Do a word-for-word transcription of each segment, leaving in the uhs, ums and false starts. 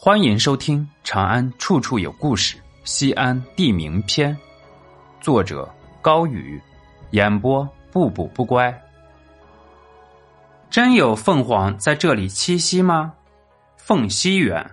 欢迎收听《长安处处有故事·西安地名篇》，作者高宇，演播不补不乖。真有凤凰在这里栖息吗？凤溪园。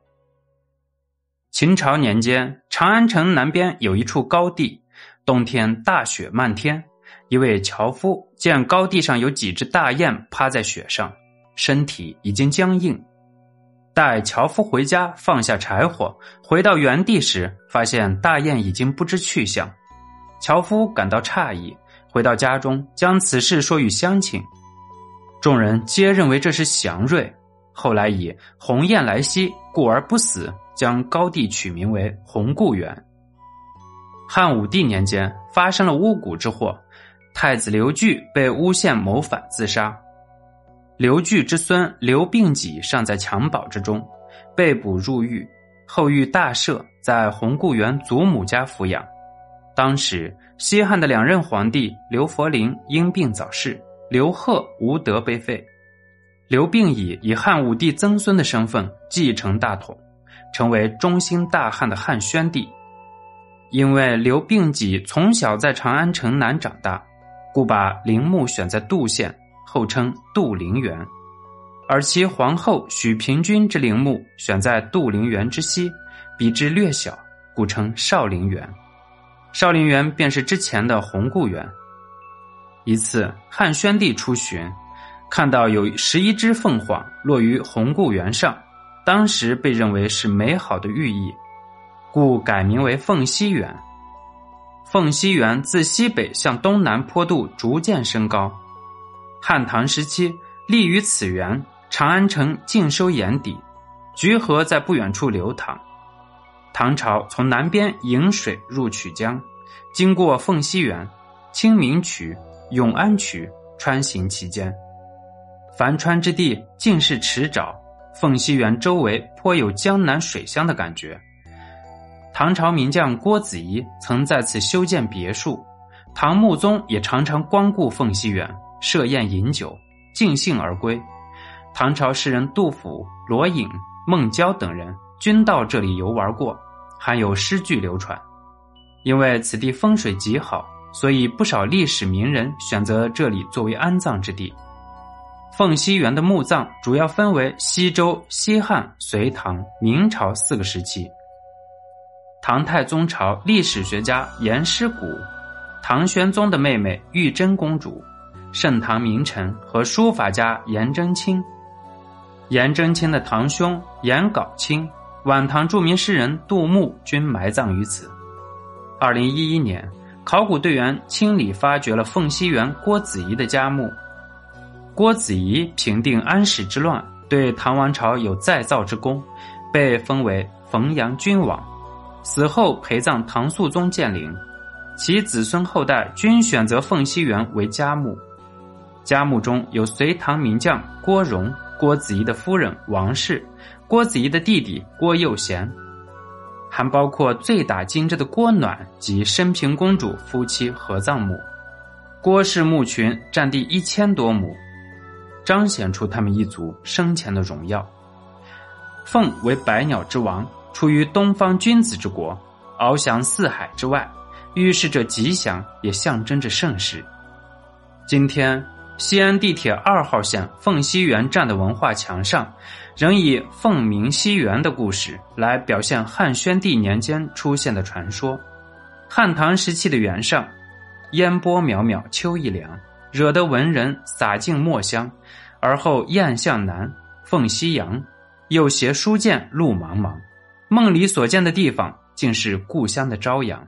秦朝年间，长安城南边有一处高地，冬天大雪漫天，一位樵夫见高地上有几只大雁趴在雪上，身体已经僵硬。待樵夫回家放下柴火，回到原地时，发现大雁已经不知去向。樵夫感到诧异，回到家中将此事说与乡亲，众人皆认为这是祥瑞，后来以鸿雁来兮故而不死，将高地取名为鸿固园。汉武帝年间发生了巫蛊之祸，太子刘据被诬陷谋反自杀。刘据之孙刘病己尚在襁褓之中，被捕入狱，后遇大赦，在鸿固园祖母家抚养。当时西汉的两任皇帝刘弗陵因病早逝，刘贺无德被废，刘病已以汉武帝曾孙的身份继承大统，成为中兴大汉的汉宣帝。因为刘病己从小在长安城南长大，故把陵墓选在杜县，后称杜陵园，而其皇后许平君之陵墓选在杜陵园之西，比之略小，故称少陵园。少陵园便是之前的鸿固园。一次汉宣帝出巡，看到有十一只凤凰落于鸿固园上，当时被认为是美好的寓意，故改名为凤溪园。凤溪园自西北向东南坡度逐渐升高，汉唐时期立于此园，长安城尽收眼底，橘河在不远处流淌。唐朝从南边引水入曲江，经过凤溪园、清明渠、永安渠，穿行其间。凡川之地尽是池沼，凤溪园周围颇有江南水乡的感觉。唐朝名将郭子仪曾在此修建别墅，唐穆宗也常常光顾凤溪园，设宴饮酒，尽兴而归。唐朝诗人杜甫、罗隐、孟郊等人均到这里游玩过，还有诗句流传。因为此地风水极好，所以不少历史名人选择这里作为安葬之地。凤溪园的墓葬主要分为西周、西汉、隋唐、明朝四个时期。唐太宗朝历史学家颜师古、唐玄宗的妹妹玉真公主、盛唐名臣和书法家颜真卿。颜真卿的堂兄颜杲卿、晚唐著名诗人杜牧均埋葬于此。二零一一年，考古队员清理发掘了凤溪园郭子仪的家墓。郭子仪平定安史之乱，对唐王朝有再造之功，被封为汾阳君王，死后陪葬唐肃宗建陵，其子孙后代均选择凤溪园为家墓。家墓中有隋唐名将郭荣、郭子仪的夫人王氏、郭子仪的弟弟郭佑贤，还包括醉打金枝的郭暖及升平公主夫妻合葬墓。郭氏墓群占地一千多亩，彰显出他们一族生前的荣耀。凤为百鸟之王，出于东方君子之国，翱翔四海之外，预示着吉祥，也象征着盛世。今天西安地铁二号线凤溪园站的文化墙上，仍以凤鸣溪园的故事来表现汉宣帝年间出现的传说。汉唐时期的园上，烟波渺渺秋意凉，惹得文人洒尽墨香，而后雁向南，凤夕阳，又携书剑路茫茫，梦里所见的地方竟是故乡的朝阳。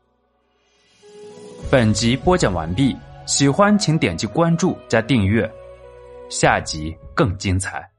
本集播讲完毕，喜欢请点击关注加订阅，下集更精彩。